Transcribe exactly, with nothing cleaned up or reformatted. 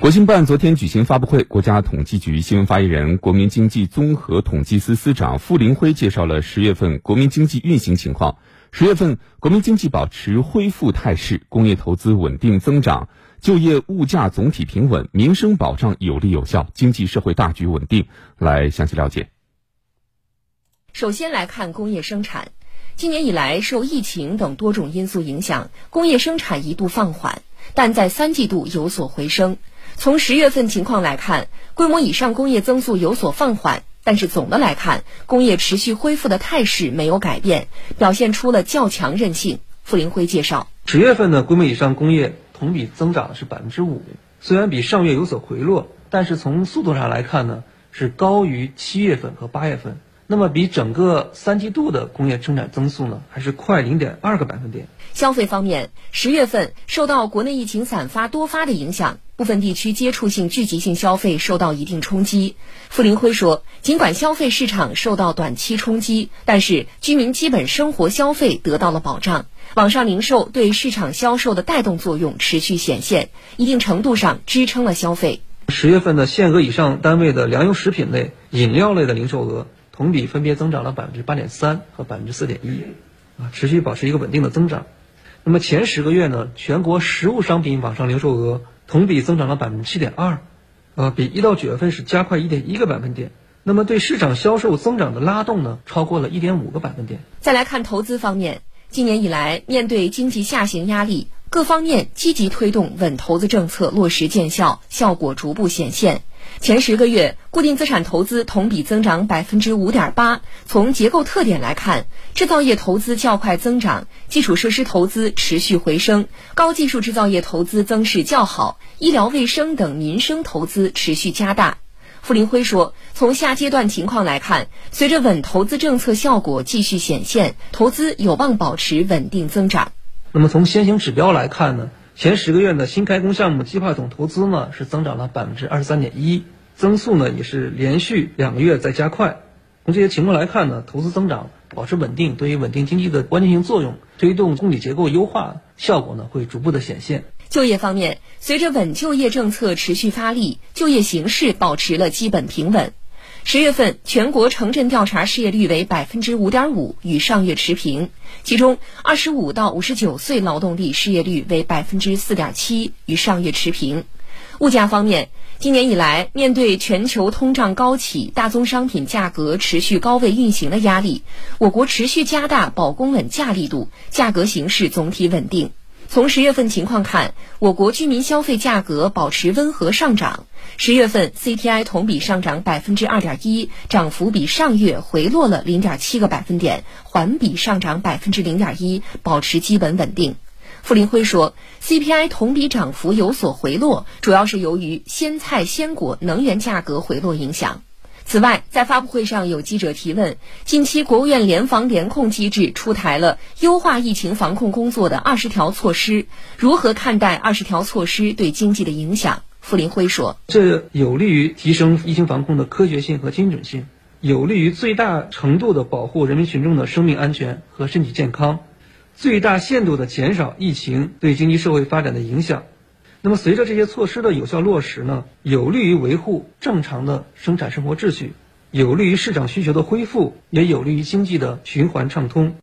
国新办昨天举行发布会，国家统计局新闻发言人、国民经济综合统计司司长傅林辉介绍了十月份国民经济运行情况。十月份，国民经济保持恢复态势，工业投资稳定增长，就业物价总体平稳，民生保障有力有效，经济社会大局稳定。来详细了解。 首先来看工业生产。今年以来，受疫情等多种因素影响，工业生产一度放缓，但在三季度有所回升。从十月份情况来看，规模以上工业增速有所放缓，但是总的来看，工业持续恢复的态势没有改变，表现出了较强韧性。傅林辉介绍， 十月份的规模以上工业同比增长是百分之五，虽然比上月有所回落，但是从速度上来看呢，是高于七月份和八月份。那么比整个三季度的工业生产增速呢，还是快零点二个百分点。 消费方面，十月份受到国内疫情散发多发的影响，部分地区接触性聚集性消费受到一定冲击。傅林辉说，尽管消费市场受到短期冲击，但是居民基本生活消费得到了保障，网上零售对市场销售的带动作用持续显现，一定程度上支撑了消费。 十月份的限额以上单位的粮油食品类、饮料类的零售额同比分别增长了百分之八点三和百分之四点一，啊，持续保持一个稳定的增长。那么前十个月呢，全国实物商品网上零售额同比增长了百分之七点二，呃，比一到九月份是加快一点一个百分点。那么对市场销售增长的拉动呢，超过了一点五个百分点。 再来看投资方面，今年以来，面对经济下行压力，各方面积极推动稳投资政策落实见效，效果逐步显现。前十个月，固定资产投资同比增长百分之五点八。从结构特点来看，制造业投资较快增长，基础设施投资持续回升，高技术制造业投资增势较好，医疗卫生等民生投资持续加大。傅林辉说，从下阶段情况来看，随着稳投资政策效果继续显现，投资有望保持稳定增长。 那么从先行指标来看呢，前十个月的新开工项目计划总投资呢是增长了百分之二十三点一，增速呢也是连续两个月在加快。从这些情况来看呢，投资增长保持稳定，对于稳定经济的关键性作用，推动供给结构优化效果呢会逐步的显现。 就业方面，随着稳就业政策持续发力，就业形势保持了基本平稳。十月份全国城镇调查失业率为百分之五点五，与上月持平。其中，二十五到五十九岁劳动力失业率为百分之四点七，与上月持平。物价方面，今年以来，面对全球通胀高企、大宗商品价格持续高位运行的压力，我国持续加大保供稳价力度，价格形势总体稳定。从十月份情况看，我国居民消费价格保持温和上涨。十月份 C P I 同比上涨百分之二点一，涨幅比上月回落了零点七个百分点，环比上涨百分之零点一，保持基本稳定。傅林辉说 ，C P I 同比涨幅有所回落，主要是由于鲜菜、鲜果、能源价格回落影响。此外，在发布会上有记者提问，近期国务院联防联控机制出台了优化疫情防控工作的二十条措施，如何看待二十条措施对经济的影响？傅林辉说， 这有利于提升疫情防控的科学性和精准性，有利于最大程度的保护人民群众的生命安全和身体健康，最大限度的减少疫情对经济社会发展的影响。那么随着这些措施的有效落实呢，有利于维护正常的生产生活秩序，有利于市场需求的恢复，也有利于经济的循环畅通。